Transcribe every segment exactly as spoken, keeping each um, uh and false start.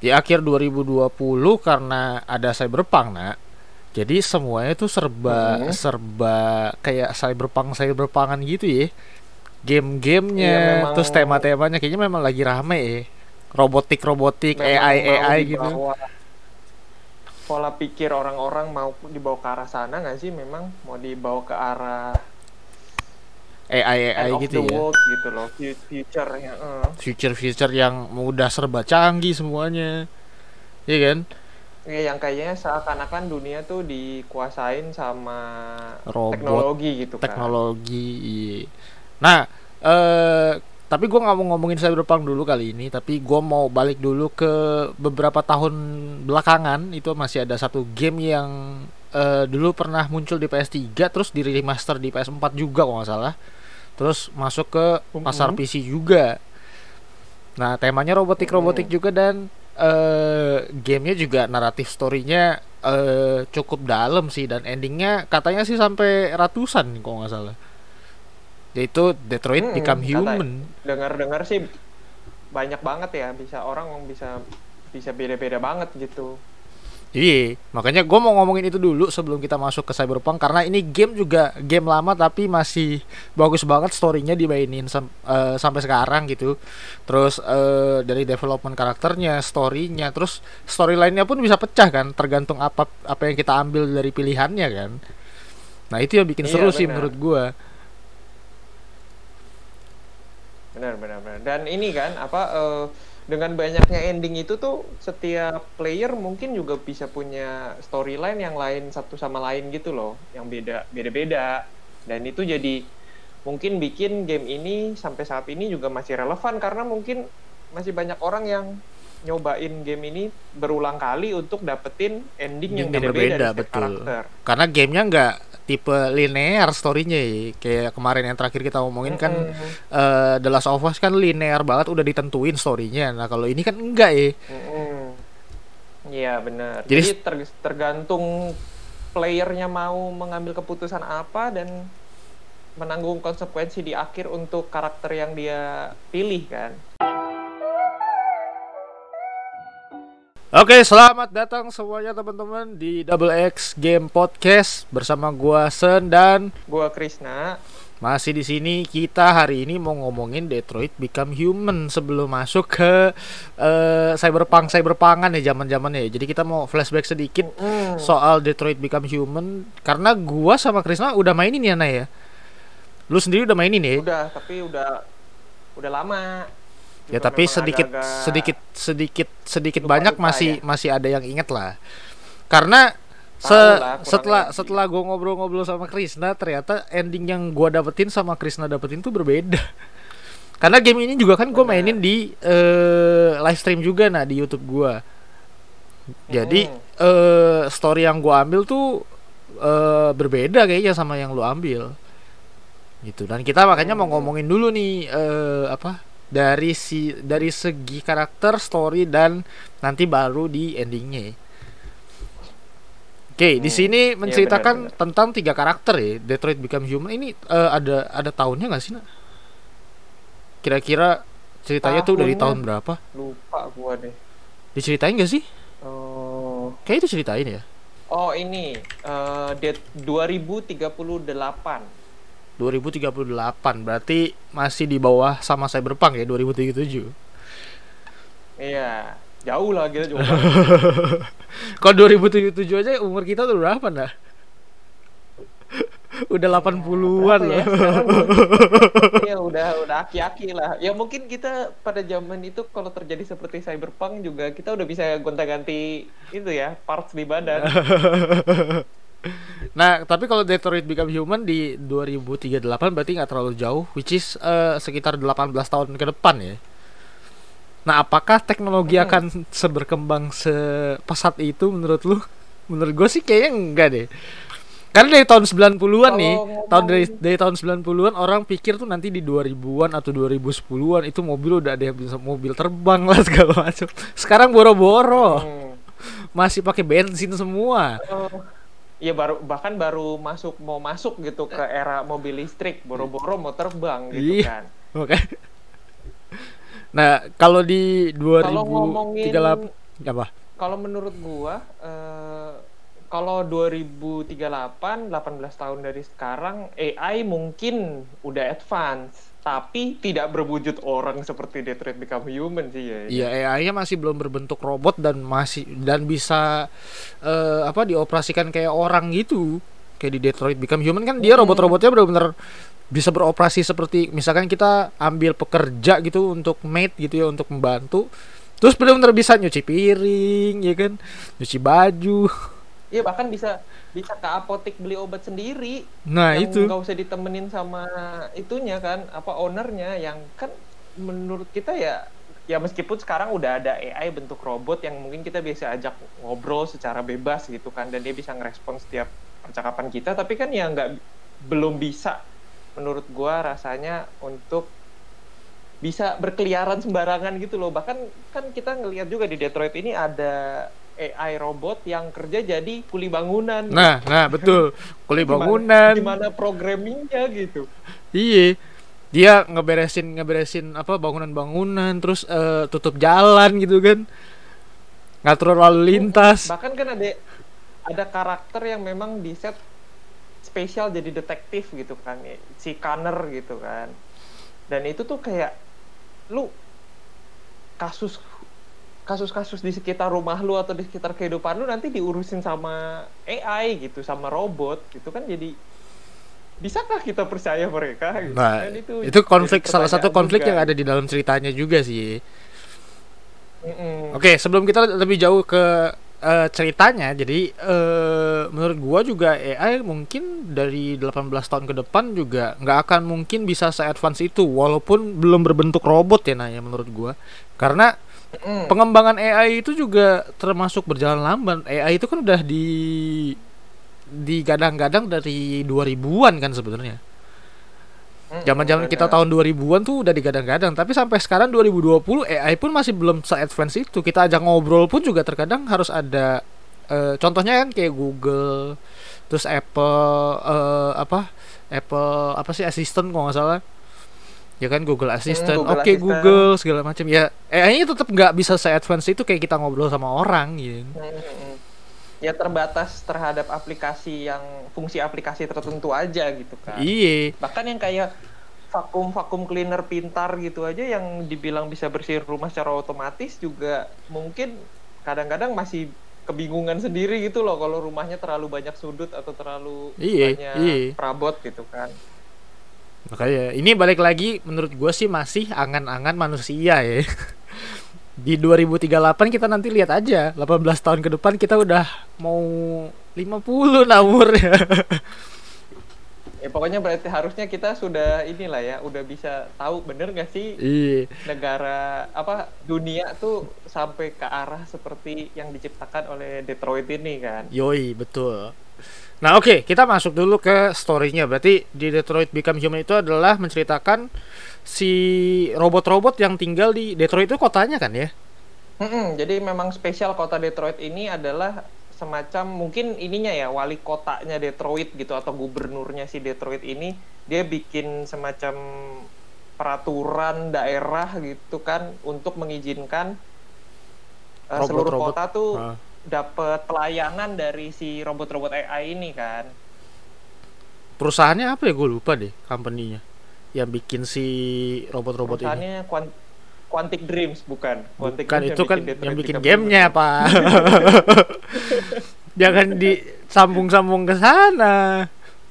Di akhir dua ribu dua puluh karena ada Cyberpunk, nak. Jadi semuanya tuh serba Mm-mm. serba kayak cyberpunk cyberpunkan gitu ya. Iya Game-gamenya, memang terus tema-temanya kayaknya memang lagi rame ya. Robotik-robotik, memang A I mau A I gitu. dibawa pola pikir orang-orang mau dibawa ke arah sana nggak sih? Memang mau dibawa ke arah A I end A I of gitu the ya. world gitu loh, future-nya. eh. Future-future yang udah serba canggih semuanya. Iya kan? Ya, yang kayaknya seakan-akan dunia tuh dikuasain sama Robot, teknologi gitu kan. teknologi. Iya. Nah, eh tapi gue nggak mau ngomongin Cyberpunk dulu kali ini, tapi gue mau balik dulu ke beberapa tahun belakangan. Itu masih ada satu game yang eh, dulu pernah muncul di P S tiga, terus di remaster di P S empat juga kalau nggak salah. Terus masuk ke pasar Mm-mm. P C juga. Nah, temanya robotik-robotik Mm-mm. juga, dan eh gamenya juga naratif story-nya eh cukup dalam sih, dan endingnya katanya sih sampai ratusan kalau nggak salah. Yaitu Detroit Become Mm-mm. Kata Human. dengar-dengar sih banyak banget ya, bisa orang bisa bisa beda-beda banget gitu. Iya, makanya gue mau ngomongin itu dulu sebelum kita masuk ke Cyberpunk, karena ini game juga game lama tapi masih bagus banget story-nya dimainin sam- eh, sampai sekarang gitu. Terus eh, dari development karakternya, story-nya, terus storyline-nya pun bisa pecah kan, tergantung apa apa yang kita ambil dari pilihannya kan. Nah, itu yang bikin Iya seru sih benar, menurut gue. benar, benar, benar. Dan ini kan apa eh, dengan banyaknya ending itu tuh setiap player mungkin juga bisa punya storyline yang lain satu sama lain gitu loh, yang beda, beda-beda. Dan itu jadi mungkin bikin game ini sampai saat ini juga masih relevan karena mungkin masih banyak orang yang nyobain game ini berulang kali untuk dapetin ending yang Ending yang beda-beda berbeda, di setiap betul. karakter. Karena gamenya nggak tipe linear story-nya ya. Kayak kemarin yang terakhir kita ngomongin kan, Mm-mm. eh, The Last of Us kan linear banget, udah ditentuin story-nya. Nah, kalau ini kan enggak ya. Mm-mm. Iya benar. Jadi Jadi ter- tergantung playernya mau mengambil keputusan apa dan menanggung konsekuensi di akhir untuk karakter yang dia pilih kan. oke, selamat datang semuanya teman-teman di Double X Game Podcast bersama gua Sen, dan Gua Krisna. masih di sini. Kita hari ini mau ngomongin Detroit Become Human sebelum masuk ke eh, cyberpunk cyberpunkan ya, zaman-zamannya ya. Jadi kita mau flashback sedikit Mm-mm. soal Detroit Become Human, karena gua sama Krisna udah mainin ya, Nay ya. Lu sendiri udah mainin ya? Udah, tapi udah udah lama. Ya, Juga tapi memang sedikit agak-agak sedikit sedikit sedikit banyak lupa-lupa masih ya. masih ada yang inget lah. Karena se Tahu lah kurang setelah lebih. setelah gue ngobrol-ngobrol sama Krisna, ternyata ending yang gue dapetin sama Krisna dapetin tuh berbeda. Karena game ini juga kan gue Benar. mainin di eh, live stream juga, nah, di YouTube gue. Jadi Mm-mm. eh, story yang gue ambil tuh eh, berbeda kayaknya sama yang lu ambil gitu. Dan kita makanya mau Mm-mm. ngomongin dulu nih eh, apa dari si dari segi karakter, story, dan nanti baru di endingnya. Oke, di Hmm. sini Iya menceritakan benar-benar. tentang tiga karakter ya, Detroit Become Human ini. eh, ada ada tahunnya nggak sih, nak? Kira-kira ceritanya tuh dari Tahunnya tahun berapa? lupa gua deh. Diceritain nggak sih? Oh, Kayak itu ceritain ya. oh ini eh date dua ribu tiga puluh delapan. dua ribu tiga puluh delapan, berarti masih di bawah sama Cyberpunk ya, dua ribu tiga puluh tujuh. Iya, jauh lah kita juga. Kalau dua ribu tujuh puluh tujuh aja umur kita tuh berapa, nah? Udah delapan puluhan Berapa loh. ya sekarang? Iya udah udah aki-aki lah. Ya mungkin kita pada zaman itu kalau terjadi seperti Cyberpunk juga kita udah bisa gonta-ganti itu ya parts di badan. Nah, tapi kalau Detroit Become Human di dua ribu tiga puluh delapan berarti nggak terlalu jauh, which is eh, sekitar delapan belas tahun ke depan ya. Nah, apakah teknologi Hmm. akan seberkembang sepesat itu menurut lu? Menurut gue sih kayaknya enggak deh. Karena dari tahun sembilan puluhan nih, Kalau tahun dari ngomong dari tahun sembilan puluhan orang pikir tuh nanti di dua ribuan atau dua ribu sepuluhan itu mobil udah ada yang bisa mobil terbang lah segala macam. Sekarang boro-boro hmm, masih pakai bensin semua. oh, ya baru bahkan baru masuk mau masuk gitu ke era mobil listrik, boro-boro mau terbang gitu Iya. kan. Oke. Nah, kalau di Kalau dua ribu tiga puluh delapan, ngomongin Apa? Kalau menurut gua, eh, kalau dua ribu tiga puluh delapan, delapan belas tahun dari sekarang, A I mungkin udah advance, tapi tidak berwujud orang seperti Detroit Become Human sih ya. Iya, A I-nya masih belum berbentuk robot dan masih dan bisa eh, apa dioperasikan kayak orang gitu. Kayak di Detroit Become Human kan dia Hmm. robot-robotnya benar-benar bisa beroperasi seperti misalkan kita ambil pekerja gitu untuk maid gitu ya untuk membantu. Terus benar-benar bisa nyuci piring, ya kan? Nyuci baju. Iya, bahkan bisa bisa ke apotek beli obat sendiri. Nah, Yang itu. nggak usah ditemenin sama itunya kan, apa ownernya yang kan menurut kita ya ya meskipun sekarang udah ada A I bentuk robot yang mungkin kita bisa ajak ngobrol secara bebas gitu kan dan dia bisa ngerespon setiap percakapan kita, tapi kan ya nggak belum bisa menurut gua rasanya untuk bisa berkeliaran sembarangan gitu loh. Bahkan kan kita ngelihat juga di Detroit ini ada A I robot yang kerja jadi kuli bangunan. Nah, nah betul. Kuli Gimana- bangunan. Gimana programmingnya gitu. Iya. Dia ngeberesin ngeberesin apa bangunan-bangunan terus eh, tutup jalan gitu kan. Ngatur lalu lintas. Bahkan kan ada ada karakter yang memang di set spesial jadi detektif gitu kan, si Connor gitu kan. Dan itu tuh kayak lu kasus kasus-kasus di sekitar rumah lu atau di sekitar kehidupan lu nanti diurusin sama A I gitu, sama robot gitu kan, jadi bisakah kita percaya mereka gitu? Nah, Kan itu, jadi konflik salah satu pertanyaan konflik juga. yang ada di dalam ceritanya juga sih. Mm-mm. Oke, sebelum kita lebih jauh ke eh, ceritanya, jadi eh, menurut gua juga A I mungkin dari delapan belas tahun ke depan juga nggak akan mungkin bisa se-advance itu walaupun belum berbentuk robot ya Naya menurut gua. Karena Mm-mm. pengembangan A I itu juga termasuk berjalan lambat. A I itu kan udah di digadang-gadang dari dua ribuan kan sebenarnya. Mm-mm, Zaman-zaman kita benar. tahun dua ribuan tuh udah digadang-gadang, tapi sampai sekarang dua ribu dua puluh A I pun masih belum se-advance itu. Kita ajak ngobrol pun juga terkadang harus ada eh, contohnya kan kayak Google, terus Apple eh, apa? Apple apa sih Assistant kalau nggak salah. Ya kan Google Assistant. Google Oke, Assistant. Google segala macam. Ya, A I-nya tetap nggak bisa se-advance itu kayak kita ngobrol sama orang gitu. Mm-mm. Ya terbatas terhadap aplikasi yang fungsi aplikasi tertentu aja gitu kan. Iya. Bahkan yang kayak vakum vakum cleaner pintar gitu aja yang dibilang bisa bersihin rumah secara otomatis juga mungkin kadang-kadang masih kebingungan sendiri gitu loh kalau rumahnya terlalu banyak sudut atau terlalu Iya, banyak iya. perabot gitu kan. Makanya ini balik lagi menurut gue sih masih angan-angan manusia ya. Di dua ribu tiga puluh delapan kita nanti lihat aja delapan belas tahun ke depan kita udah mau lima puluh umurnya. Ya pokoknya berarti harusnya kita sudah inilah ya, udah bisa tahu bener nggak sih Iya. negara apa dunia tuh sampai ke arah seperti yang diciptakan oleh Detroit ini kan. Yoi, betul. Nah, oke, kita masuk dulu ke story-nya. Berarti di Detroit Become Human itu adalah menceritakan si robot-robot yang tinggal di Detroit itu kotanya kan ya? Mm-mm, jadi memang spesial kota Detroit ini adalah semacam mungkin ininya ya wali kotanya Detroit gitu atau gubernurnya si Detroit ini dia bikin semacam peraturan daerah gitu kan untuk mengizinkan uh, seluruh Robot-robot. kota tuh Ah. dapat pelayanan dari si robot-robot A I ini kan. Perusahaannya apa ya? Gue lupa deh company-nya yang bikin si robot-robot ini. Perusahaannya Quant- Quantic Dreams bukan? Quantic Bukan, Dreams itu kan Detroit yang bikin Become gamenya, Human. Pak. Jangan disambung-sambung ke sana.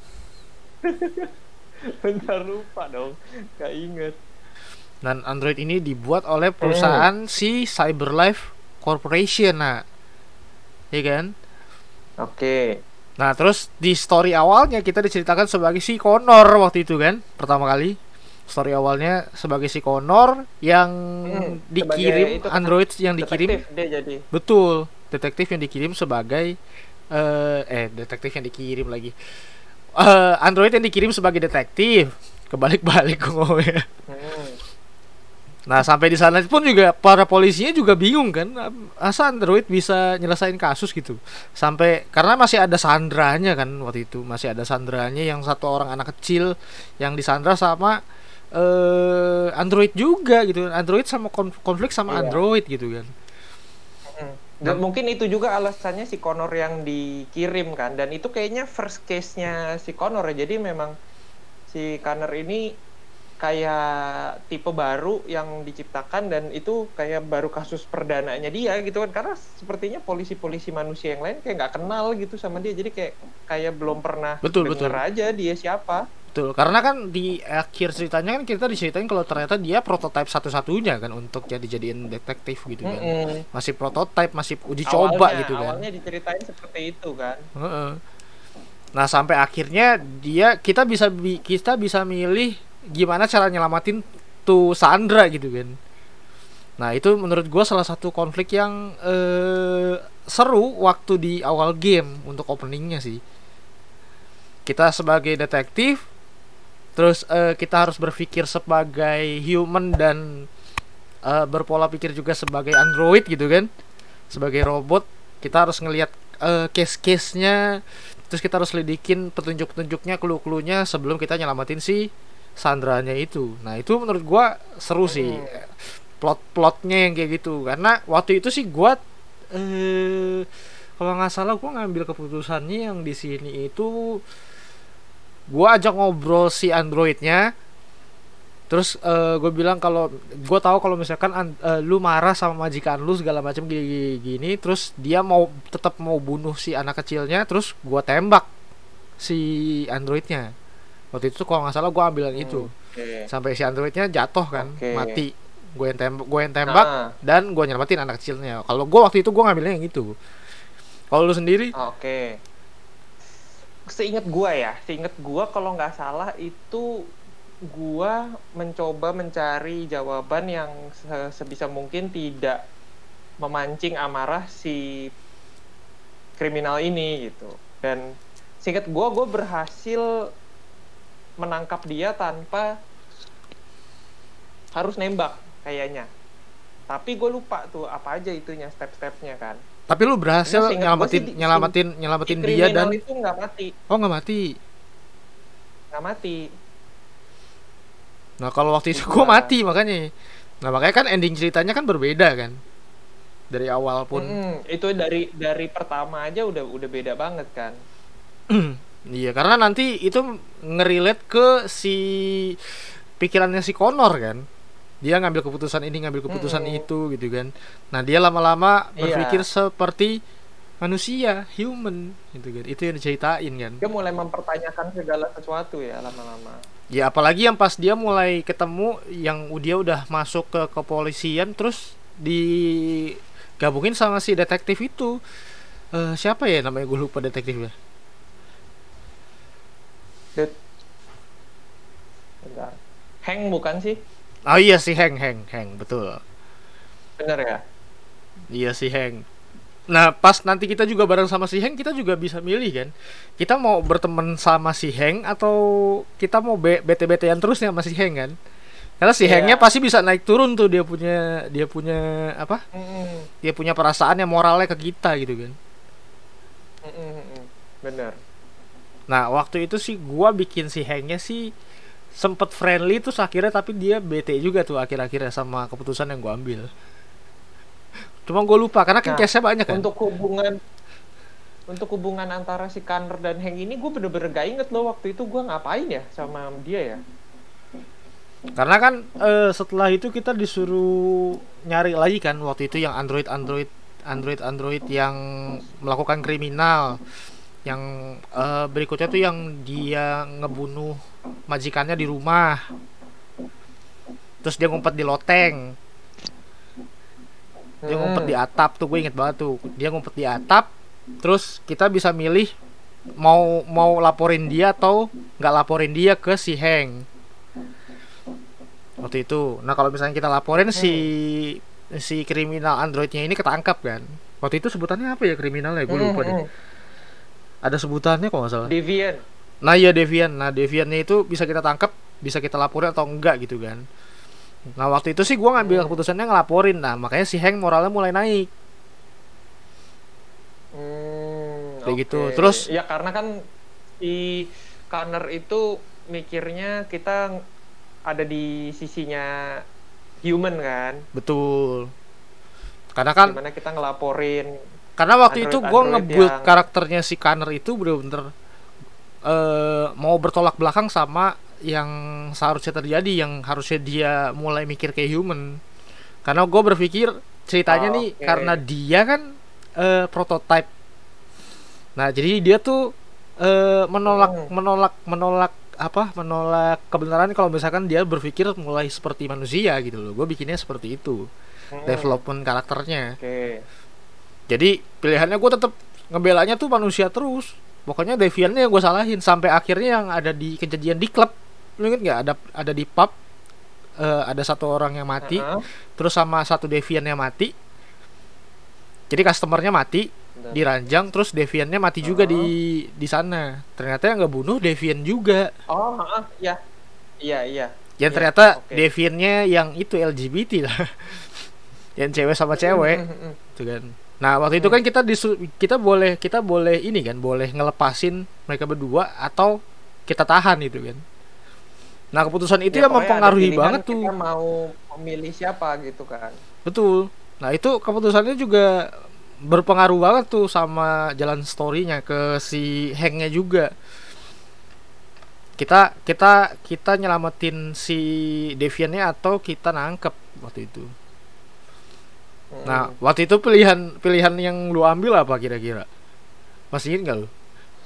Bentar lupa dong, gak inget. Dan Android ini dibuat oleh perusahaan si CyberLife Corporation, nah. Iya kan? Oke. Nah, terus di story awalnya kita diceritakan sebagai si Connor waktu itu kan, pertama kali. Story awalnya sebagai si Connor yang Hmm, dikirim sebagai itu kan Android yang dikirim. Detektif dia jadi. Betul, detektif yang dikirim sebagai eh, eh detektif yang dikirim lagi. Eh, Android yang dikirim sebagai detektif. Kebalik-balik ngomongnya. Hmm. Nah, sampai di sana pun juga para polisinya juga bingung kan, asa Android bisa nyelesain kasus gitu. Sampai karena masih ada sandranya kan waktu itu, masih ada sandranya yang satu orang anak kecil yang disandra sama eh Android juga gitu. Android sama konf- konflik sama Iya. Android gitu kan. Hmm. Dan mungkin itu juga alasannya si Connor yang dikirim kan, dan itu kayaknya first case-nya si Connor ya. Jadi memang si Connor ini kayak tipe baru yang diciptakan, dan itu kayak baru kasus perdananya dia gitu kan, karena sepertinya polisi-polisi manusia yang lain kayak nggak kenal gitu sama dia, jadi kayak kayak belum pernah Betul, denger betul. aja dia siapa. Betul, karena kan di akhir ceritanya kan kita diceritain kalau ternyata dia prototipe satu-satunya kan untuk jadi jadiin detektif gitu kan. Mm-mm. Masih prototipe, masih uji Awalnya, coba gitu kan. awalnya diceritain seperti itu kan. Heeh. Nah, sampai akhirnya dia kita bisa bi- kita bisa milih gimana cara nyelamatin tuh Sandra gitu kan. Nah, itu menurut gue salah satu konflik yang eh, seru waktu di awal game untuk openingnya sih. Kita sebagai detektif, terus eh, kita harus berpikir sebagai human dan eh, berpola pikir juga sebagai android gitu kan, sebagai robot. Kita harus ngelihat eh, case-case-nya, terus kita harus lidikin petunjuk-petunjuknya, clue-cluenya sebelum kita nyelamatin si Sandranya itu. Nah, itu menurut gua seru sih, plot-plotnya yang kayak gitu. Karena waktu itu sih gua eh kalau nggak salah gua ngambil keputusannya yang di sini itu, gua ajak ngobrol si androidnya. Terus uh, gue bilang kalau gue tahu kalau misalkan uh, lu marah sama majikan lu segala macam gini, gini terus dia mau tetap mau bunuh si anak kecilnya, terus gue tembak si androidnya. Waktu itu kalau nggak salah gue ambilan hmm, itu okay. Sampai si androidnya jatuh kan, okay. Mati. Gue yang tembak, gue yang tembak nah. Dan gue nyelamatin anak kecilnya. Kalau gue waktu itu gue ngambilnya yang itu. Kalau lu sendiri? Oke. Okay. Seingat gue ya, seingat gue kalau nggak salah itu gua mencoba mencari jawaban yang sebisa mungkin tidak memancing amarah si kriminal ini gitu. Dan singkat gua, gua berhasil menangkap dia tanpa harus nembak kayaknya. Tapi gue lupa tuh apa aja itunya step-stepnya kan. Tapi lu berhasil nyelamatin si, nyelamatin si, nyelamatin si dia dan itu nggak mati. Oh nggak mati. Nggak mati. Nah kalau waktu itu gue mati makanya. Nah makanya kan ending ceritanya kan berbeda kan dari awal pun. Mm-hmm. Itu dari dari pertama aja udah udah beda banget kan. Iya karena nanti itu ngerelate ke si pikirannya si Connor kan. Dia ngambil keputusan ini ngambil keputusan mm-hmm. itu gitu kan. Nah dia lama-lama berpikir yeah. seperti manusia, human gitu kan. Itu yang diceritain kan. Dia mulai mempertanyakan segala sesuatu ya lama-lama. Ya apalagi yang pas dia mulai ketemu yang dia udah masuk ke kepolisian terus digabungin sama si detektif itu. Uh, siapa ya namanya, gue lupa detektifnya. Det Bentar. Hank bukan sih? Oh iya si Hank, Hank, Hank betul. Bener ya? Iya si Hank. Nah pas nanti kita juga bareng sama si Hank, kita juga bisa milih kan, kita mau berteman sama si Hank atau kita mau B T B T-an terus nih sama si Hank kan. Karena si yeah. Hanknya pasti bisa naik turun tuh, dia punya dia punya apa mm. dia punya perasaan yang moralnya ke kita gitu kan. Mm-mm. Bener. Nah waktu itu sih gua bikin si Hanknya sih sempet friendly terus akhirnya, tapi dia bete juga tuh akhir-akhirnya sama keputusan yang gua ambil. Cuma gue lupa karena kan nah, case-nya banyak kan. Untuk hubungan untuk hubungan antara si Connor dan Hank ini gue bener-bener gak inget loh waktu itu gue ngapain ya sama dia ya. Karena kan uh, setelah itu kita disuruh nyari lagi kan waktu itu yang android android android android yang melakukan kriminal, yang uh, berikutnya tuh yang dia ngebunuh majikannya di rumah, terus dia ngumpet di loteng. Dia ngumpet di atap tuh, gue inget banget tuh. Dia ngumpet di atap, terus kita bisa milih mau mau laporin dia atau nggak laporin dia ke si Hank waktu itu. Nah kalau misalnya kita laporin hmm. si si kriminal androidnya ini ketangkap kan. Waktu itu sebutannya apa ya kriminalnya? Gue lupa hmm. deh. Ada sebutannya kok nggak salah. Deviant. Nah ya Deviant. Nah Deviantnya itu bisa kita tangkap, bisa kita laporin atau enggak gitu kan. Nah waktu itu sih gue ngambil keputusannya ngelaporin. Nah makanya si Hank moralnya mulai naik. Hmm, kayak okay. gitu. Terus ya karena kan si Connor itu mikirnya kita ada di sisinya human kan. Betul. Karena kan Dimana kita ngelaporin karena waktu itu gue Android-Android nge-build yang karakternya si Connor itu bener-bener eh, mau bertolak belakang sama yang seharusnya terjadi, yang harusnya dia mulai mikir kayak human. Karena gue berpikir ceritanya oh, nih oke. karena dia kan eh, prototype. Nah jadi dia tuh eh, menolak Mm, menolak menolak apa menolak kebenaran kalau misalkan dia berpikir mulai seperti manusia gitu loh. Gue bikinnya seperti itu mm, development karakternya. oke. Jadi pilihannya gue tetap ngebelanya tuh manusia terus. Pokoknya Deviannya yang gue salahin sampai akhirnya yang ada di kejadian di klub. Lu inget nggak ada ada di pub eh, ada satu orang yang mati, Heeh. terus sama satu Devian yang mati. Jadi customernya mati Bentar. diranjang, terus Deviannya mati juga Heeh. di di sana. Ternyata yang nggak bunuh Devian juga. Oh, heeh, ya. Iya, iya. Yang Iya, ternyata oke. Deviannya yang itu L G B T lah. Yang cewek sama Mm, cewek, mm, mm, gitu kan. Nah, waktu itu mm. kan kita disu- kita boleh kita boleh ini kan, boleh ngelepasin mereka berdua atau kita tahan itu kan. Nah, keputusan itu Ya yang pokoknya ada mempengaruhi pilihan banget tuh. kita mau memilih siapa gitu kan. Betul. Nah, itu keputusannya juga berpengaruh banget tuh sama jalan story-nya ke si Hank-nya juga. Kita kita kita nyelamatin si Devian-nya atau kita nangkep waktu itu. Nah, Mm. waktu itu pilihan pilihan yang lu ambil apa kira-kira? Masih ingat nggak lu?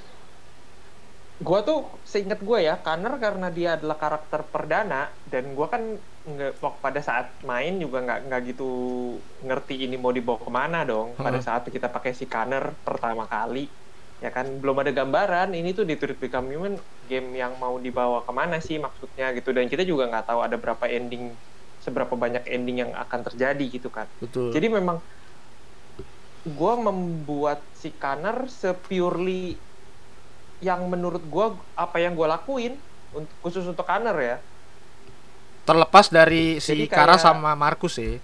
Gua tuh seingat gue ya, Connor karena dia adalah karakter perdana dan gua kan nggak wak- pada saat main juga nggak nggak gitu ngerti ini mau dibawa kemana dong. Pada Heeh. saat kita pakai si Connor pertama kali, ya kan belum ada gambaran. Ini tuh di Detroit Become Human game yang mau dibawa kemana sih maksudnya gitu. Dan kita juga nggak tahu ada berapa ending, seberapa banyak ending yang akan terjadi gitu kan. Betul. Jadi memang gue membuat si Connor se-purely yang menurut gue apa yang gue lakuin untuk khusus untuk Connor ya. Terlepas dari si Jadi Kara kayak sama Markus ya.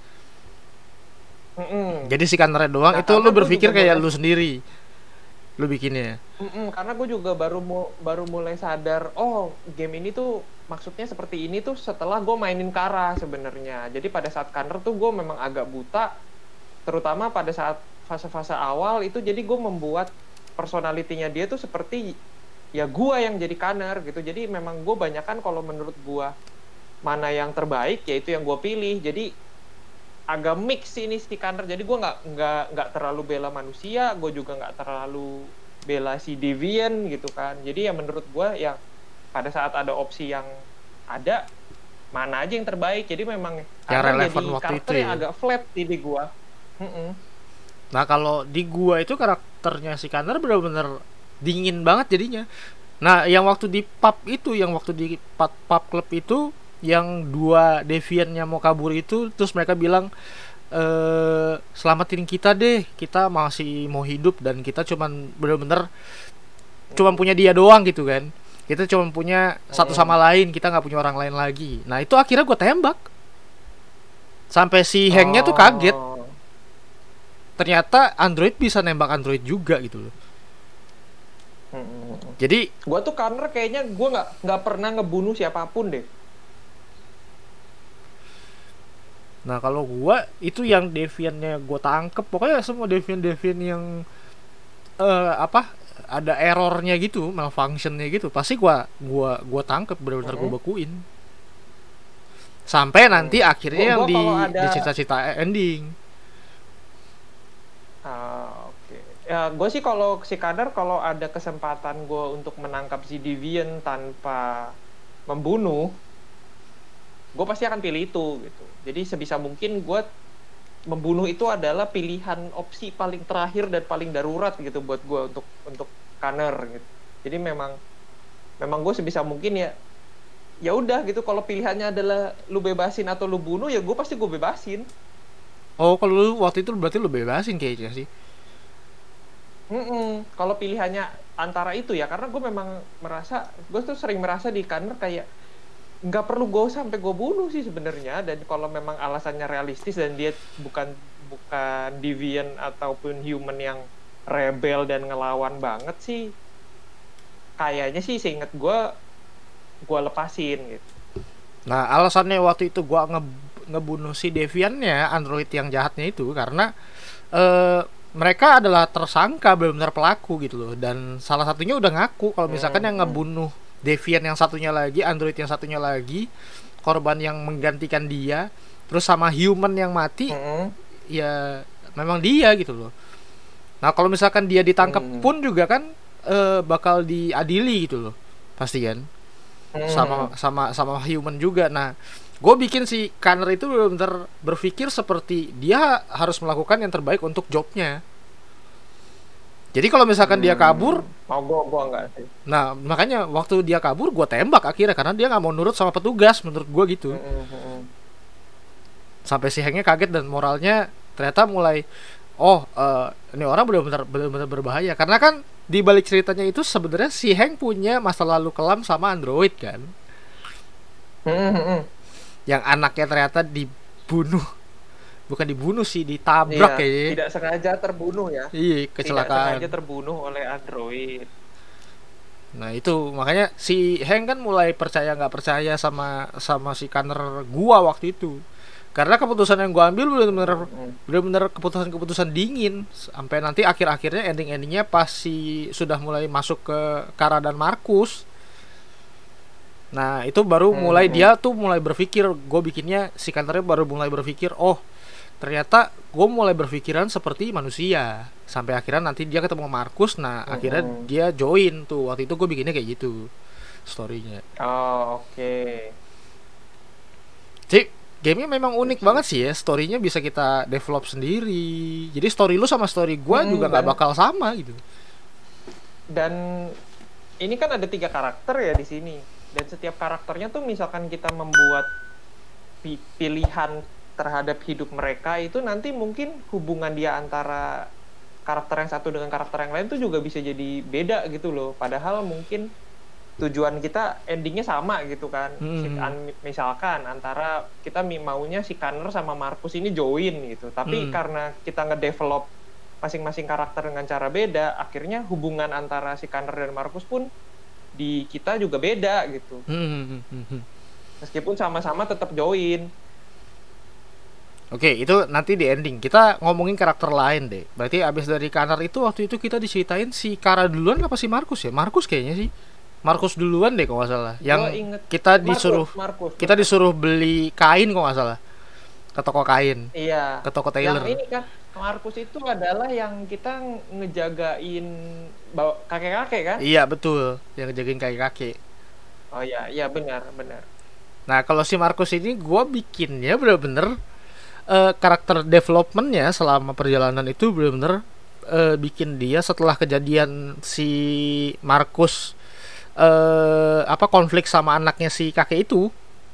mm-mm. Jadi si Kanre doang Nah, itu karena lu gue berpikir juga kayak mulai lu sendiri. Lu bikinnya. mm-mm, karena gue juga baru mu- baru mulai sadar, oh game ini tuh maksudnya seperti ini tuh setelah gue mainin Kara sebenarnya. Jadi pada saat Connor tuh gue memang agak buta, terutama pada saat fase-fase awal itu. Jadi gue membuat personalitinya dia tuh seperti ya gue yang jadi Connor gitu. Jadi memang gue banyakan kalau menurut gue mana yang terbaik yaitu yang gue pilih. Jadi agak mix ini si Connor. Jadi gue nggak nggak nggak terlalu bela manusia, gue juga nggak terlalu bela si Deviant gitu kan. Jadi ya menurut gue yang pada saat ada opsi yang ada, mana aja yang terbaik. Jadi memang Yang karena relevan jadi waktu karakter itu yang ya. agak flat di gue. Mm-mm. Nah, kalau di gua itu karakternya si Kanre benar-benar dingin banget jadinya. Nah, yang waktu di pub itu, yang waktu di pub, pub club itu, yang dua Deviannya mau kabur itu, terus mereka bilang eh selamatin kita deh, kita masih mau hidup dan kita cuman bener-bener cuman punya dia doang gitu kan. Kita cuman punya satu sama lain, kita nggak punya orang lain lagi. Nah, itu akhirnya gue tembak sampai si Hengnya tuh kaget. Oh. Ternyata Android bisa nembak Android juga gitu loh. Mm-mm. Jadi Gue tuh Connor kayaknya gue nggak nggak pernah ngebunuh siapapun deh. nah kalau gua itu yang Deviannya gua tangkep, pokoknya semua Devian-Devian yang eh apa ada errornya gitu, malfunctionnya gitu, pasti gua gua gua tangkep benar-benar gua Mm-mm. bakuin. Sampai nanti Hmm. akhirnya Gua, yang gua di kalau di ada cerita-cerita ending. Ah, oke. Ya, gue sih kalau si Connor kalau ada kesempatan gue untuk menangkap si Deviant tanpa membunuh, gue pasti akan pilih itu gitu. Jadi sebisa mungkin gue membunuh itu adalah pilihan opsi paling terakhir dan paling darurat gitu buat gue untuk untuk Connor gitu. Jadi memang memang gue sebisa mungkin ya ya udah gitu, kalau pilihannya adalah lu bebasin atau lu bunuh ya gue pasti gue bebasin. Oh, kalau lu waktu itu berarti lu bebasin kayaknya sih. Mm-mm. Kalau pilihannya antara itu ya, karena gue memang merasa, gue tuh sering merasa di Connor kayak nggak perlu gue sampai gue bunuh sih sebenarnya. Dan kalau memang alasannya realistis dan dia bukan bukan deviant ataupun human yang rebel dan ngelawan banget sih, kayaknya sih seinget gue gue lepasin gitu. Nah, alasannya waktu itu gua nge ngebunuh si Deviannya, android yang jahatnya itu, karena eh, mereka adalah tersangka, benar-benar pelaku gitu loh. Dan salah satunya udah ngaku kalau misalkan yang Hmm. ngebunuh Devian yang satunya lagi, android yang satunya lagi, korban yang menggantikan dia, terus sama human yang mati, Hmm. ya memang dia gitu loh. Nah kalau misalkan dia ditangkap Hmm. pun juga kan eh, bakal diadili gitu loh, pasti kan, Hmm. sama sama sama human juga. Nah gue bikin si Connor itu benar-benar berpikir seperti dia harus melakukan yang terbaik untuk jobnya. Jadi kalau misalkan dia kabur, mau gua gua enggak sih. nah makanya waktu dia kabur gue tembak akhirnya karena dia nggak mau nurut sama petugas, menurut gue gitu. Hmm. Hmm. Sampai si Hengnya kaget dan moralnya ternyata mulai, oh eh, ini orang benar-benar benar-benar berbahaya, karena kan di balik ceritanya itu sebenarnya si Heng punya masa lalu kelam sama android kan, Hmm. Hmm. yang anaknya ternyata dibunuh, bukan dibunuh sih, ditabrak Iya, kayaknya. tidak sengaja terbunuh ya. Iya, Tidak kecelakaan. sengaja terbunuh oleh android. Nah itu makanya si Heng kan mulai percaya nggak percaya sama sama si Connor gua waktu itu, karena keputusan yang gua ambil benar-benar Hmm. benar-benar keputusan-keputusan dingin, sampai nanti akhir-akhirnya ending-endingnya pas si sudah mulai masuk ke Kara dan Markus. Nah itu baru Hmm. mulai dia tuh mulai berpikir, gue bikinnya si Kantornya baru mulai berpikir, oh ternyata gue mulai berpikiran seperti manusia, sampai akhirnya nanti dia ketemu Markus. Nah Hmm. akhirnya dia join tuh, waktu itu gue bikinnya kayak gitu storynya. Oh, oke. Jadi gamenya memang unik banget sih ya, storynya bisa kita develop sendiri, jadi story lu sama story gue Hmm, juga nggak dan- bakal sama gitu. Dan ini kan ada tiga karakter ya di sini. Dan setiap karakternya tuh misalkan kita membuat pi- pilihan terhadap hidup mereka itu nanti mungkin hubungan dia antara karakter yang satu dengan karakter yang lain tuh juga bisa jadi beda gitu loh. Padahal mungkin tujuan kita endingnya sama gitu kan. Si- Hmm. an- misalkan antara kita mi- maunya si Connor sama Markus ini join gitu. Tapi Hmm. karena kita ngedevelop masing-masing karakter dengan cara beda, akhirnya hubungan antara si Connor dan Markus pun di kita juga beda gitu. Hmm, hmm, hmm, hmm. Meskipun sama-sama tetap join. Oke, itu nanti di ending kita ngomongin karakter lain deh. Berarti abis dari Kanar itu waktu itu kita diceritain si Kara duluan apa si Markus ya? Markus kayaknya sih. Markus duluan deh kalau nggak salah. Yang Gua inget. kita Markus, disuruh Markus, kita Markus. disuruh beli kain kalau nggak salah. Ke toko kain, Iya. ke toko tailor. Yang ini kan Markus itu adalah yang kita ngejagain bawa kakek-kakek kan? Iya betul, yang jagain kakek-kakek. Oh iya, iya benar, benar. Nah kalau si Markus ini gue bikinnya bener-bener eh, karakter developmentnya selama perjalanan itu bener-bener eh, bikin dia setelah kejadian si Markus eh, apa konflik sama anaknya si kakek itu,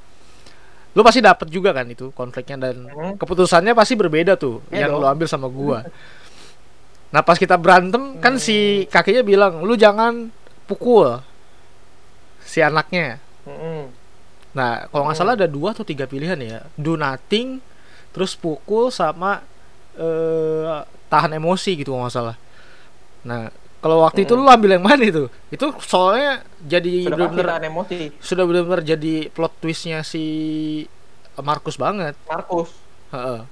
lu pasti dapet juga kan itu konfliknya, dan Hmm. keputusannya pasti berbeda tuh Iya yang dong. lu ambil sama gua. Nah pas kita berantem kan Hmm. si kakeknya bilang lu jangan pukul si anaknya. Mm-mm. Nah, kalau nggak Hmm. salah ada dua atau tiga pilihan ya. Do nothing, terus pukul, sama eh, tahan emosi gitu kalau nggak salah. Nah, kalau waktu itu Hmm. lu ambil yang mana itu? Itu soalnya jadi Sudah pasti bener-bener tahan emosi. sudah benar-benar jadi plot twistnya si Markus banget. Markus. Heeh.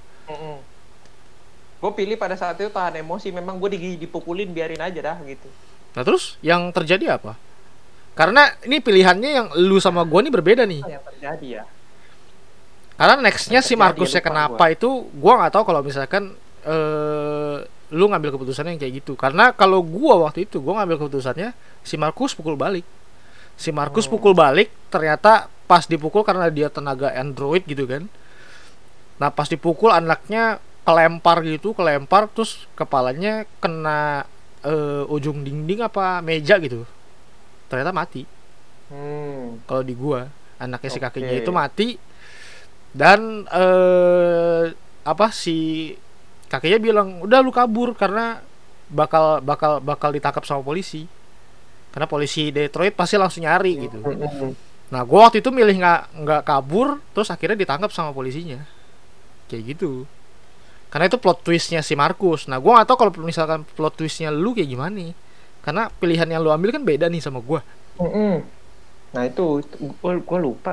Gue pilih pada saat itu tahan emosi. Memang gue dipukulin biarin aja dah gitu. Nah, terus yang terjadi apa? Karena ini pilihannya yang lu sama gua nih berbeda nih. Apa yang terjadi ya? Karena nextnya Yang si terjadi, Markusnya lupa kenapa itu gua nggak tahu kalau misalkan eh lu ngambil keputusannya yang kayak gitu. Karena kalau gua waktu itu gua ngambil keputusannya si Markus pukul balik. Si Markus Hmm. pukul balik, ternyata pas dipukul karena dia tenaga android gitu kan. Nah, pas dipukul anaknya kelempar gitu, kelempar terus kepalanya kena eh, ujung dinding apa meja gitu. Ternyata mati. Hmm. Kalau di gua anaknya si Oke. kakeknya itu mati. Dan eh apa si kakeknya bilang udah lu kabur karena bakal bakal bakal ditangkap sama polisi, karena polisi Detroit pasti langsung nyari gitu. Mm-mm. Nah gua waktu itu milih nggak nggak kabur, terus akhirnya ditangkap sama polisinya kayak gitu, karena itu plot twistnya si Markus. Nah gua nggak tahu kalau misalkan plot twistnya lu kayak gimana nih, karena pilihan yang lu ambil kan beda nih sama gua. Mm-mm. Nah itu gue gue lupa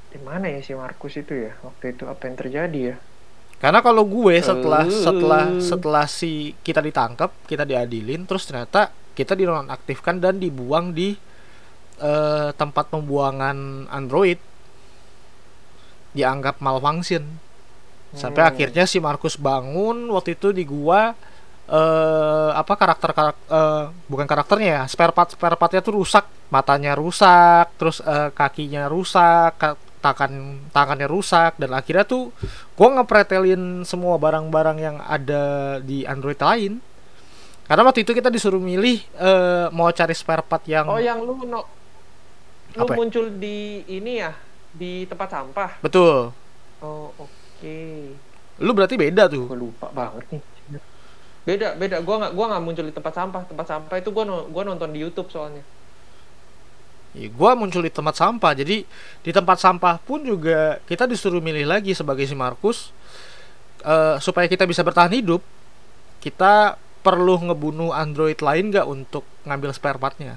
Di mana ya si Markus itu ya? Waktu itu apa yang terjadi ya? Karena kalau gue setelah Uh. setelah setelah si kita ditangkap, kita diadilin, terus ternyata kita dinonaktifkan dan dibuang di eh, tempat pembuangan android, dianggap malfunction. Sampai Hmm. akhirnya si Markus bangun waktu itu di gua, eh apa karakter karakter eh, bukan karakternya ya, spare part spare partnya tuh rusak, matanya rusak, terus eh, kakinya rusak, ka- tangan tangannya rusak, dan akhirnya tuh gua ngepretelin semua barang-barang yang ada di Android lain. Karena waktu itu kita disuruh milih eh, mau cari spare part Oh, yang yang lu no, lu apa ya? muncul di ini ya, di tempat sampah. Betul. Oh, oke. Lu berarti beda tuh. Gue lupa banget nih. Beda, beda. Gua nggak, gua nggak muncul di tempat sampah. Tempat sampah itu gua, no, gua nonton di YouTube soalnya. Ya, gua muncul di tempat sampah. Jadi di tempat sampah pun juga kita disuruh milih lagi sebagai si Markus, eh, supaya kita bisa bertahan hidup. Kita perlu ngebunuh android lain nggak untuk ngambil spare partnya.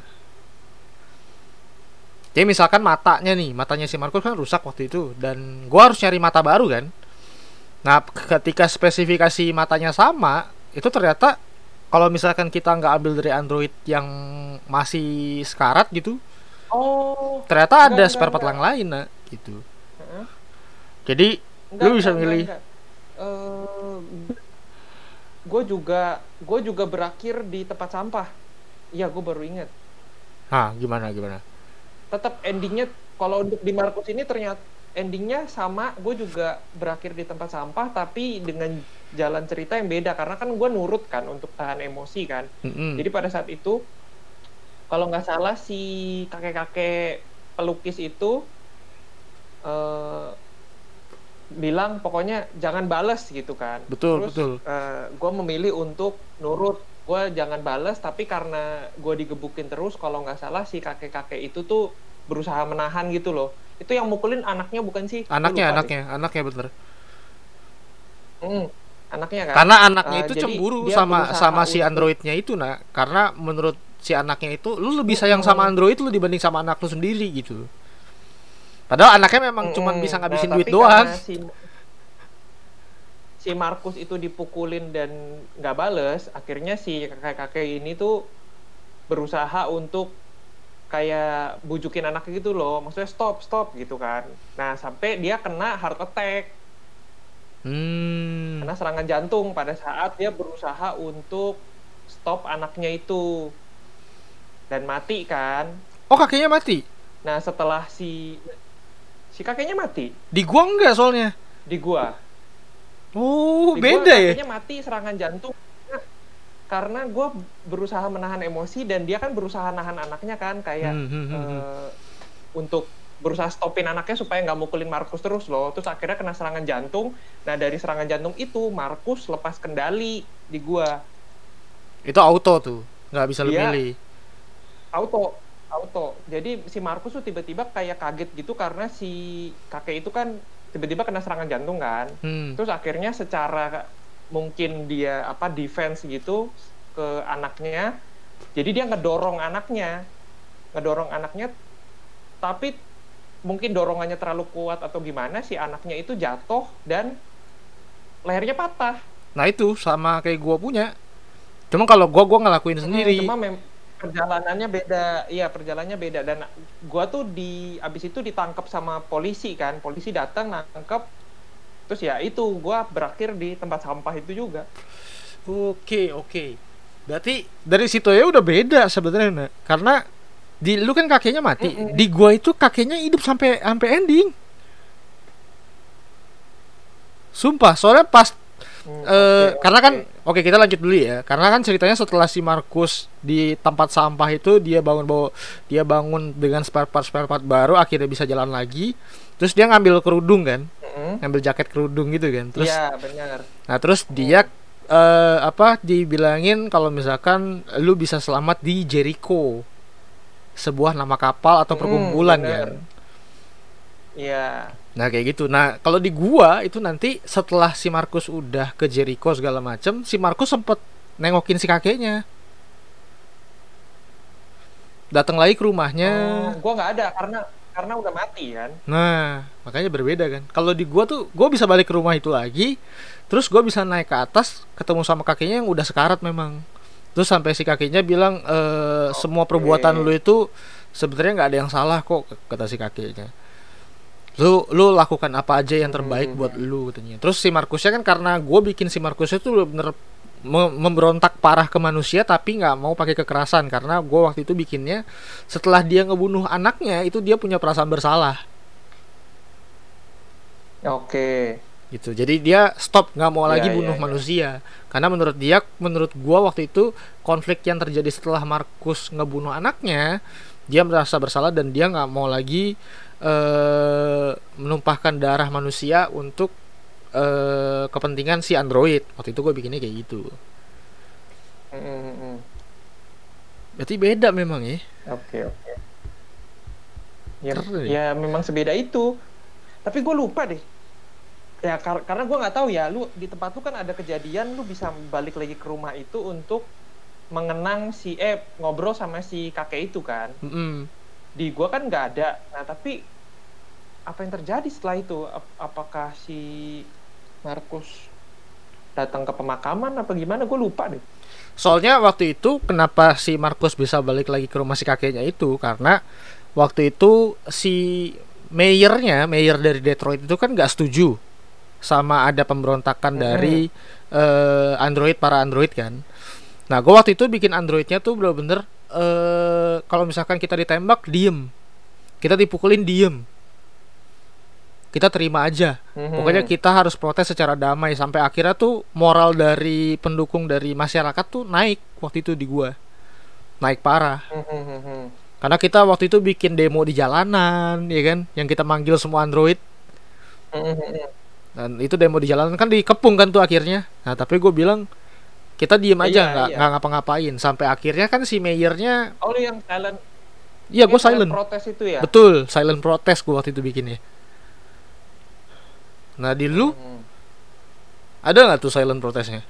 Jadi misalkan matanya nih, matanya si Markus kan rusak waktu itu, dan gua harus nyari mata baru kan. Nah, ketika spesifikasi matanya sama, itu ternyata kalau misalkan kita nggak ambil dari android yang masih sekarat gitu, Oh, ternyata enggak, ada enggak, spare part enggak. yang lain, nah gitu. Heeh. Jadi Enggak, lu bisa enggak, enggak, milih. enggak. Eh, gue juga, gue juga berakhir di tempat sampah. Iya, gue baru ingat. Nah, gimana gimana? Tetap endingnya, kalau untuk di Markus ini ternyata endingnya sama. Gue juga berakhir di tempat sampah, tapi dengan jalan cerita yang beda. Karena kan gue nurut kan untuk tahan emosi kan. Mm-mm. Jadi pada saat itu, kalau nggak salah si kakek-kakek pelukis itu eh, bilang pokoknya jangan bales gitu kan. Betul Terus betul. gue memilih untuk nurut, gue jangan bales, tapi karena gue digebukin terus, kalau nggak salah si kakek-kakek itu tuh berusaha menahan gitu loh. Itu yang mukulin anaknya bukan sih? Gua Anaknya lupa deh. anaknya anaknya bener. Hmm, anaknya kan. Karena anaknya Eh, itu jadi cemburu dia sama berusaha sama si untuk- androidnya itu, nah. Karena menurut si anaknya itu, lu lebih sayang sama android lu dibanding sama anak lu sendiri gitu. Padahal anaknya memang cuman Mm-mm. bisa ngabisin Nah, duit tapi doang. karena si si Markus itu dipukulin dan nggak bales, akhirnya si kakek-kakek ini tuh berusaha untuk kayak bujukin anaknya gitu loh, maksudnya stop stop gitu kan. Nah, sampai dia kena heart attack, Hmm. kena serangan jantung pada saat dia berusaha untuk stop anaknya itu, dan mati kan. Oh, kakeknya mati. Nah, setelah si si kakeknya mati Di gua enggak soalnya. di gua. Oh, Di gua beda ya. kakeknya mati serangan jantung karena gue berusaha menahan emosi dan dia kan berusaha nahan anaknya kan, kayak Hmm, hmm, hmm, hmm. eh, untuk berusaha stopin anaknya supaya nggak mukulin Markus terus loh. Terus akhirnya kena serangan jantung. Nah, dari serangan jantung itu Markus lepas kendali di gua. Itu auto tuh, nggak bisa lu Dia- milih. Auto, auto. Jadi si Markus tuh tiba-tiba kayak kaget gitu karena si kakek itu kan tiba-tiba kena serangan jantung kan. Hmm. Terus akhirnya secara mungkin dia apa defense gitu ke anaknya. Jadi dia ngedorong anaknya. Ngedorong anaknya, tapi mungkin dorongannya terlalu kuat atau gimana, si anaknya itu jatuh dan lehernya patah. Nah, itu sama kayak gua punya. Cuma kalau gua gua ngelakuin sendiri. Hmm, cuma mem- perjalanannya beda. Iya, perjalanannya beda. Dan gua tuh di abis itu ditangkap sama polisi kan. Polisi datang nangkep. Terus ya itu gua berakhir di tempat sampah itu juga. Oke, oke. Berarti dari situ ya udah beda sebenarnya, Nak. Karena di lu kan kakeknya mati, Mm-mm. di gua itu kakeknya hidup sampai sampai ending. Sumpah, soalnya pas Hmm, eh oke, karena oke. kan oke, kita lanjut dulu ya. Karena kan ceritanya setelah si Markus di tempat sampah itu dia bangun bawa dia bangun dengan spare part spare part baru, akhirnya bisa jalan lagi. Terus dia ngambil kerudung kan, Mm-mm. ngambil jaket kerudung gitu kan. Terus Iya, benar. nah terus dia eh, apa dibilangin kalau misalkan lu bisa selamat di Jericho, sebuah nama kapal atau Hmm, perkumpulan bener. kan. Iya. Nah kayak gitu. Nah kalau di gua itu nanti setelah si Markus udah ke Jericho segala macem, si Markus sempet nengokin si kakeknya, datang lagi ke rumahnya. Oh, gua nggak ada karena karena udah mati kan. Nah, makanya berbeda kan. Kalau di gua tuh, gua bisa balik ke rumah itu lagi, terus gua bisa naik ke atas, ketemu sama kakeknya yang udah sekarat memang. Terus sampai si kakeknya bilang, e, semua perbuatan lu Oke. itu sebenarnya nggak ada yang salah kok, kata si kakeknya. Lu lu lakukan apa aja yang terbaik buat Mhm. lu, katanya. Terus si Markusnya kan, karena gue bikin si Markusnya tuh bener me- memberontak parah ke manusia, tapi nggak mau pakai kekerasan, karena gue waktu itu bikinnya setelah dia ngebunuh anaknya itu dia punya perasaan bersalah Oke. gitu. Jadi dia stop, nggak mau Ya, lagi ya, bunuh ya. manusia, karena menurut dia, menurut gue waktu itu, konflik yang terjadi setelah Markus ngebunuh anaknya, dia merasa bersalah dan dia nggak mau lagi eh, menumpahkan darah manusia untuk eh, kepentingan si android. Waktu itu gue bikinnya kayak gitu. Mhm. Berarti beda memang ya. Oke, oke. Ya, Keren ya. ya memang sebeda itu. Tapi gue lupa deh. Ya kar- karena gue nggak tahu ya. Lu di tempat lu kan ada kejadian, lu bisa balik lagi ke rumah itu untuk mengenang si eh ngobrol sama si kakek itu kan. Mm-mm. Di gue kan nggak ada. Nah tapi apa yang terjadi setelah itu? Ap- apakah si Markus datang ke pemakaman apa gimana? Gue lupa deh. Soalnya waktu itu kenapa si Markus bisa balik lagi ke rumah si kakeknya itu, karena waktu itu si mayornya, mayor dari Detroit itu kan nggak setuju sama ada pemberontakan Mm-mm. dari eh, android, para android kan. Nah, gue waktu itu bikin androidnya tuh bener-bener eh, kalau misalkan kita ditembak diem, kita dipukulin diem, kita terima aja. Pokoknya Mhm. kita harus protes secara damai, sampai akhirnya tuh moral dari pendukung dari masyarakat tuh naik waktu itu di gua. Naik parah. Mhm. Karena kita waktu itu bikin demo di jalanan, ya kan? Yang kita manggil semua android, Mhm. dan itu demo di jalanan kan dikepung kan tuh akhirnya. Nah, tapi gue bilang kita diem aja, Iya, nggak iya. nggak ngapa-ngapain. Sampai akhirnya kan si mayornya, Oh, lu yang silent, iya lu gue yang silent silent. protes itu ya? Betul, silent protest gue waktu itu bikinnya. Nah, di lu Mhm. ada nggak tuh silent protestnya?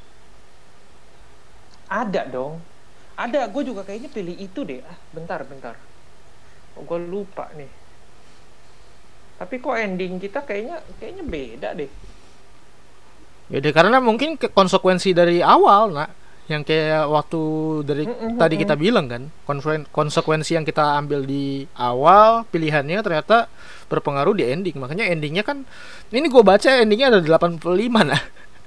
Ada dong. Ada, gue juga kayaknya pilih itu deh. Ah, bentar, bentar. Oh, gue lupa nih. Tapi kok ending kita kayaknya kayaknya beda deh. Beda karena mungkin ke konsekuensi dari awal, nak, yang kayak waktu dari tadi kita Mhm. bilang kan, konferen- konsekuensi yang kita ambil di awal pilihannya ternyata berpengaruh di ending. Makanya endingnya kan, ini gue baca endingnya ada delapan puluh lima, nah.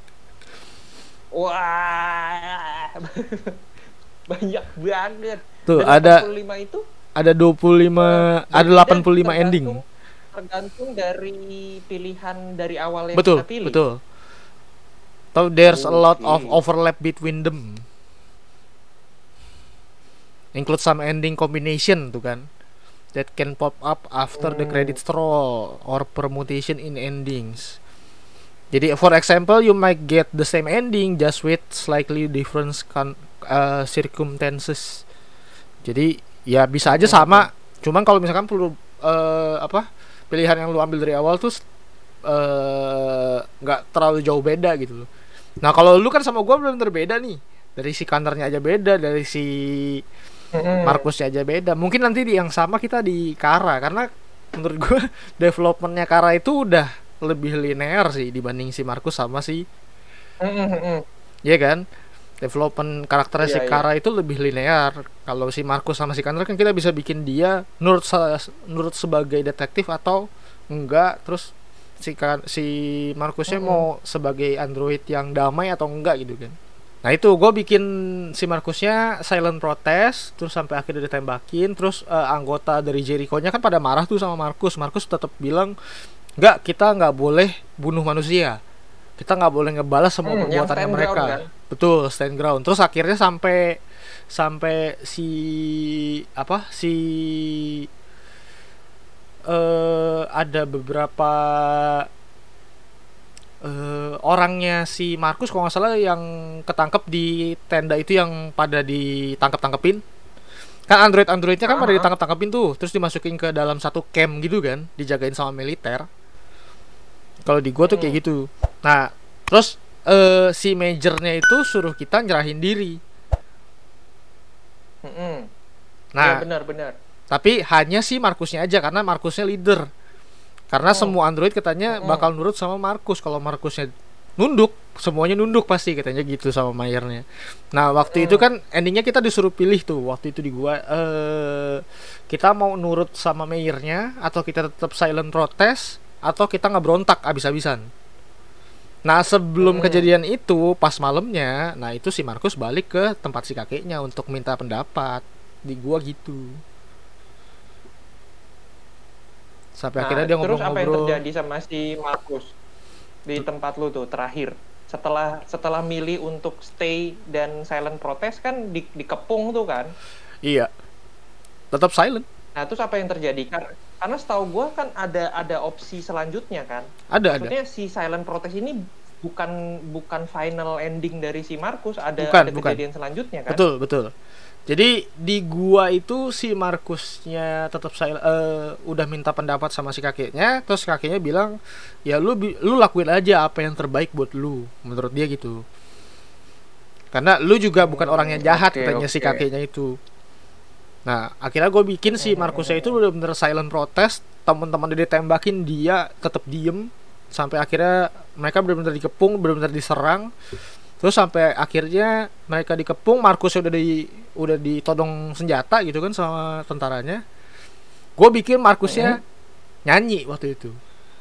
Wah, banyak banget. Tuh Dan ada delapan puluh lima itu ada dua puluh lima, eh, ada berbeda delapan puluh lima tergantung ending. tergantung dari pilihan dari awal yang Betul, kita pilih. betul. Tahu there's a lot of Oke. overlap between them. Include some ending combination tuh kan, that can pop up after the Hmm. credits roll or permutation in endings. Jadi for example, you might get the same ending just with slightly different con- uh, circumstances. Jadi ya bisa aja sama, cuman kalau misalkan perlu uh, apa pilihan yang lu ambil dari awal tuh uh, nggak terlalu jauh beda gitu loh. Nah kalau lu kan sama gue belum berbeda nih, dari si kantornya aja beda, dari si Mhm. Markusnya aja beda. Mungkin nanti di yang sama kita di Kara, karena menurut gue developmentnya Kara itu udah lebih linear sih dibanding si Markus sama si, Mhm. ya kan, development karakternya si Iya, iya. Kara itu lebih linear. Kalau si Markus sama si Kantor kan kita bisa bikin dia nurut se- nurut sebagai detektif atau enggak, terus si kan si Markusnya Mhm. mau sebagai android yang damai atau enggak gitu kan. Nah itu gue bikin si Markusnya silent protest, terus sampai akhirnya ditembakin, terus eh, anggota dari Jericho-nya kan pada marah tuh sama Markus. Markus tetap bilang, nggak, kita nggak boleh bunuh manusia, kita nggak boleh ngebalas semua Hmm, yang perbuatannya stand ground mereka. kan? Betul, stand ground. Terus akhirnya sampai sampai si apa si eh ada beberapa eh, orangnya si Markus kalau nggak salah yang ketangkep di tenda itu, yang pada ditangkap-tangkepin kan, android-androidnya kan pada Aha. ditangkap-tangkepin tuh, terus dimasukin ke dalam satu camp gitu kan, dijagain sama militer. Kalau di gua tuh Hmm. kayak gitu. Nah terus eh, si majornya itu suruh kita nyerahin diri. Mhm. Ya Nah benar-benar. Tapi hanya si Markusnya aja karena Markusnya leader. Karena Oh. semua Android katanya Mm-mm. bakal nurut sama Markus. Kalau Markusnya nunduk, semuanya nunduk pasti katanya gitu sama Mayernya. Nah, waktu itu Mm. kan endingnya kita disuruh pilih tuh. Waktu itu di gua eh kita mau nurut sama Mayernya atau kita tetap silent protest atau kita ngebrontak abis-abisan. Nah, sebelum Mm-mm. kejadian itu pas malamnya, nah itu si Markus balik ke tempat si kakeknya untuk minta pendapat di gua gitu. Sampai akhirnya Nah, dia terus apa yang ngobrol-ngobrol. terjadi sama si Markus di tempat lu tuh terakhir? Setelah setelah milih untuk stay dan silent protest kan di, dikepung tuh kan? Iya, tetap silent. Nah, terus apa yang terjadi? Karena, karena setahu gua kan ada ada opsi selanjutnya kan? Ada ada. Maksudnya si silent protest ini bukan bukan final ending dari si Markus, ada Bukan, ada bukan. kejadian selanjutnya kan? Betul, betul. Jadi di gua itu si Markusnya tetap saya eh, udah minta pendapat sama si kakeknya, terus kakeknya bilang, "Ya lu bi- lu lakuin aja apa yang terbaik buat lu." Menurut dia gitu. Karena lu juga bukan orang yang Hmm, jahat oke, katanya si oke. kakeknya itu. Nah, akhirnya gue bikin si Markusnya itu bener-bener silent protest, teman-teman dia ditembakin, dia tetap diem sampai akhirnya mereka benar-benar dikepung, benar-benar diserang. Terus sampai akhirnya mereka dikepung, Markusnya udah di udah ditodong senjata gitu kan sama tentaranya. Gue bikin Markusnya Mm-mm. nyanyi waktu itu.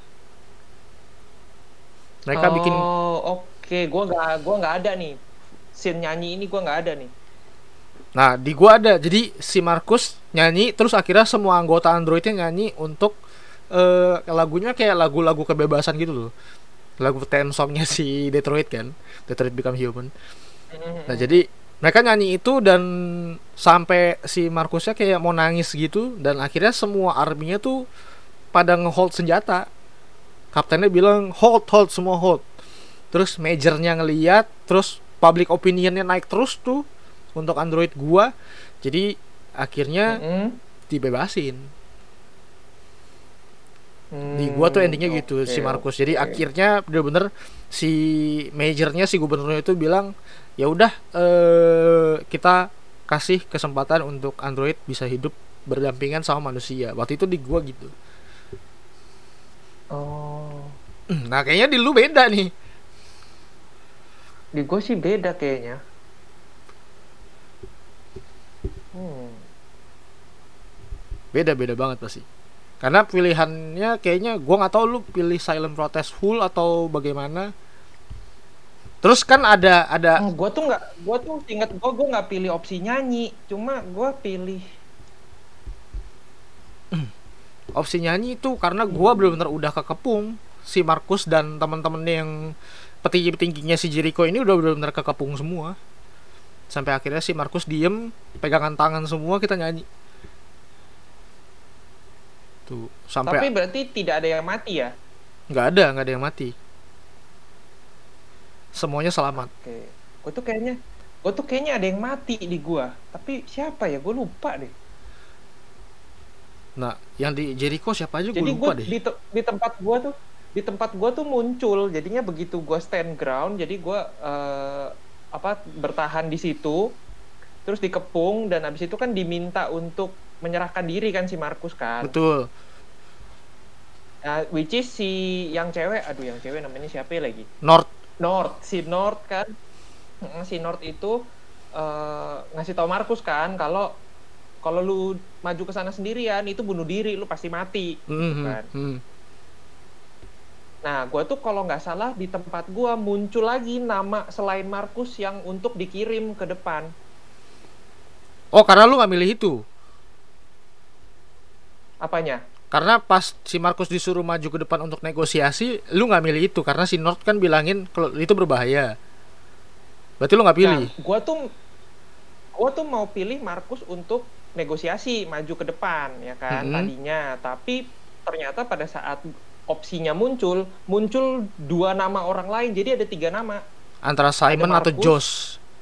Mereka bikin. Oh, oke. Gua nggak gua nggak ada nih. Scene nyanyi ini gua nggak ada nih. Nah, di gua ada. Jadi si Markus nyanyi, terus akhirnya semua anggota Androidnya nyanyi untuk eh, lagunya kayak lagu-lagu kebebasan gitu loh. Lagu theme songnya si Detroit kan, Detroit Become Human. Nah, jadi mereka nyanyi itu dan sampai si Markusnya kayak mau nangis gitu, dan akhirnya semua arminya tuh pada ngehold senjata. Kaptennya bilang hold, hold, semua hold. Terus majornya ngeliat, terus public opinionnya naik terus tuh untuk Android gua. Jadi akhirnya Mm-mm. dibebasin. Di gua tuh Hmm, endingnya gitu oke, si Markus. Jadi oke. akhirnya bener-bener si majornya, si gubernurnya itu bilang, ya udah eh, kita kasih kesempatan untuk Android bisa hidup berdampingan sama manusia. Waktu itu di gua gitu. Oh, Nah, kayaknya di lu beda nih. di gue sih beda kayaknya. Hmm. Beda-beda banget pasti. Karena pilihannya kayaknya gua nggak tahu lu pilih silent protest full atau bagaimana. Terus kan ada ada Oh, gue tuh nggak, gue tuh ingat gue gue nggak pilih opsi nyanyi, cuma gue pilih. opsi nyanyi itu karena gua benar-benar udah kekepung. Si Markus dan teman-temannya yang petinggi-petingginya si Jericho ini udah benar-benar kekepung semua. Sampai akhirnya si Markus diem, pegangan tangan semua, kita nyanyi. Tuh, Tapi sampai berarti tidak ada yang mati ya? nggak ada, nggak ada yang mati. Semuanya selamat. Oke. Gue tuh kayaknya, gue tuh kayaknya ada yang mati di gue. Tapi siapa ya? Gue lupa deh. Nah, yang di Jericho siapa aja gue Jadi gue lupa deh. di, te- di tempat gue tuh, di tempat gue tuh muncul. Jadinya begitu gue stand ground, jadi gue eh, apa bertahan di situ, terus dikepung dan abis itu kan diminta untuk menyerahkan diri kan si Markus kan. Betul. Nah, which is si yang cewek, aduh yang cewek namanya siapa ya lagi? North. North, si North kan, Mm, si North itu eh, ngasih tahu Markus kan kalau kalau lu maju ke sana sendirian itu bunuh diri, lu pasti mati, gitu Mhm, kan. mhm. Nah, gue tuh kalau nggak salah di tempat gue muncul lagi nama selain Markus yang untuk dikirim ke depan. Oh, karena lu nggak milih itu. Apanya? Karena pas si Markus disuruh maju ke depan untuk negosiasi, lu nggak milih itu karena si North kan bilangin kalau itu berbahaya. Berarti lu nggak pilih. Nah, gue tuh gue tuh mau pilih Markus untuk negosiasi maju ke depan ya kan Mhm. tadinya, tapi ternyata pada saat opsinya muncul muncul dua nama orang lain, jadi ada tiga nama. Antara Simon Ada atau Markus. Josh.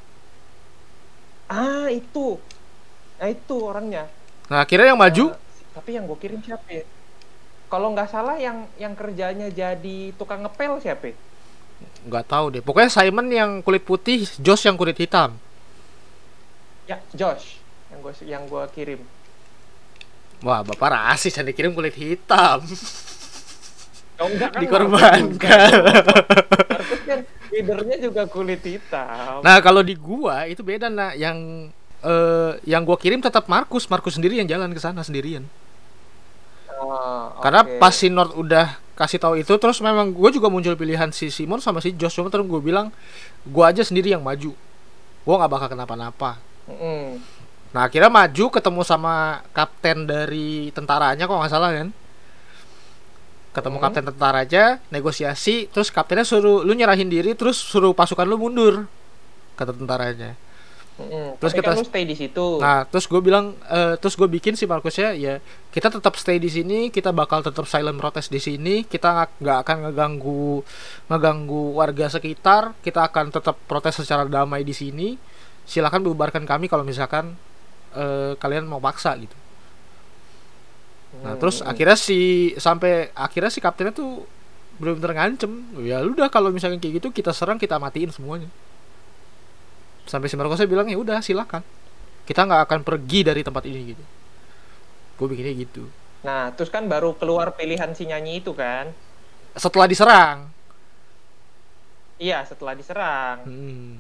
Ah itu, nah itu orangnya. Nah, akhirnya yang maju Eh, tapi yang gue kirim siapa ya? Kalau nggak salah yang yang kerjanya jadi tukang ngepel siapa ya? nggak tahu deh. Pokoknya Simon yang kulit putih, Josh yang kulit hitam. Ya Josh yang gue yang gue kirim. Wah, bapak rasis yang dikirim kulit hitam. Oh, enggak kan Dikorbankan. Markus kan leadernya juga kulit hitam. Nah, kalau di gua itu beda, nah. Yang eh, yang gua kirim tetap Markus, Markus sendiri yang jalan ke sana sendirian. Oh, Karena oke. pas si Nord udah kasih tahu itu, terus memang gue juga muncul pilihan si Simon sama si Josh, cuma terus gue bilang gue aja sendiri yang maju, gue nggak bakal kenapa-napa. Mm-mm. Nah akhirnya maju ketemu sama kapten dari tentaranya kok nggak salah kan, ketemu Mm. kapten tentara aja, negosiasi, terus kaptennya suruh lu nyerahin diri, terus suruh pasukan lu mundur, kata tentaranya. Mm-mm. Terus Tapi kita, kan lu stay di situ. nah terus gue bilang, eh, terus gue bikin si Markusnya ya kita tetap stay di sini, kita bakal tetap silent protest di sini, kita nggak nggak akan ngeganggu ngeganggu warga sekitar, kita akan tetap protes secara damai di sini. Silakan bubarkan kami kalau misalkan eh, kalian mau paksa gitu. Nah terus Mm-mm. akhirnya si sampai akhirnya si kaptennya tuh benar-benar ngancem, ya udah kalau misalkan kayak gitu kita serang, kita matiin semuanya. Sampai si Marcosnya bilang ya udah silakan, kita nggak akan pergi dari tempat ini gitu. Gue bikinnya gitu. Nah, terus kan baru keluar pilihan si nyanyi itu kan. Setelah diserang. Iya, setelah diserang. Hmm.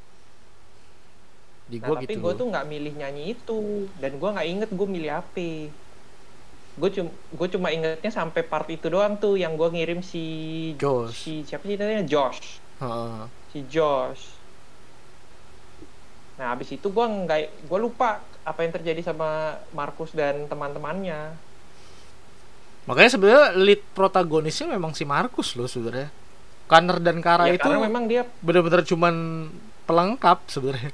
Di Nah, gue tapi gitu. gue tuh nggak milih nyanyi itu. Dan gue nggak inget gue milih apa. Gue cuma gue cuma ingetnya sampai part itu doang tuh yang gue ngirim si Josh. si siapa sih namanya, Josh. Heeh. Si Josh. Nah, habis itu gue nggak, gue lupa apa yang terjadi sama Markus dan teman-temannya. Makanya sebenarnya lead protagonisnya memang si Markus loh sebenarnya. Connor dan Kara Ya, itu karena memang dia, benar-benar cuman pelengkap sebenarnya.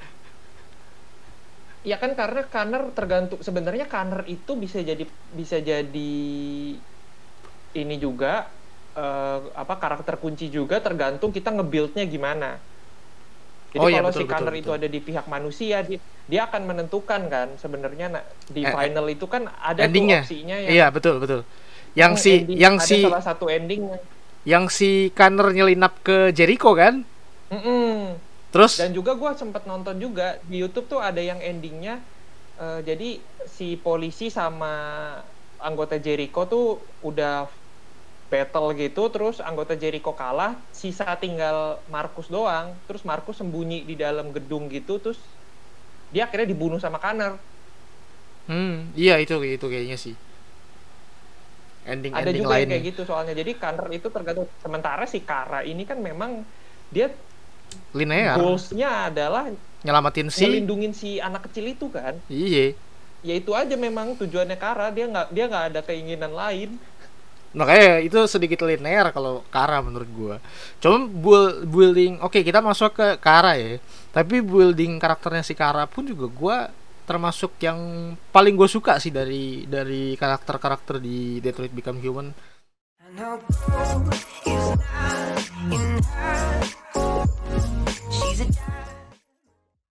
ya kan karena Connor tergantung, sebenarnya Connor itu bisa jadi bisa jadi ini juga eh, apa karakter kunci juga, tergantung kita nge-build-nya gimana. Jadi Oh iya, kalau betul, si betul, Connor betul. itu ada di pihak manusia, dia, dia akan menentukan kan sebenarnya nah, di Eh, eh, final itu kan ada endingnya. tuh opsinya yang Iya, betul, betul. Yang hmm, si ending, yang ada si salah satu endingnya. yang si Connor nyelinap ke Jericho kan? Mm-mm. Terus Dan juga gue sempat nonton juga di YouTube tuh ada yang endingnya, eh, jadi si polisi sama anggota Jericho tuh udah battle gitu, terus anggota Jericho kalah, sisa tinggal Markus doang, terus Markus sembunyi di dalam gedung gitu, terus dia akhirnya dibunuh sama Connor. hmm, iya itu itu kayaknya sih. Ada Ending-ending juga yang lainnya. kayak gitu soalnya, jadi Connor itu tergantung. Sementara si Kara ini kan memang dia Linear. goals-nya adalah Nyelamatin si. melindungin si anak kecil itu kan. Iya. Ya itu aja memang tujuannya Kara, dia nggak dia nggak ada keinginan lain. Makanya itu sedikit linear kalau Kara menurut gua. Cuma build, building, oke okay, kita masuk ke Kara ya. Tapi building karakternya si Kara pun juga gua termasuk yang paling gue suka sih dari dari karakter-karakter di Detroit Become Human.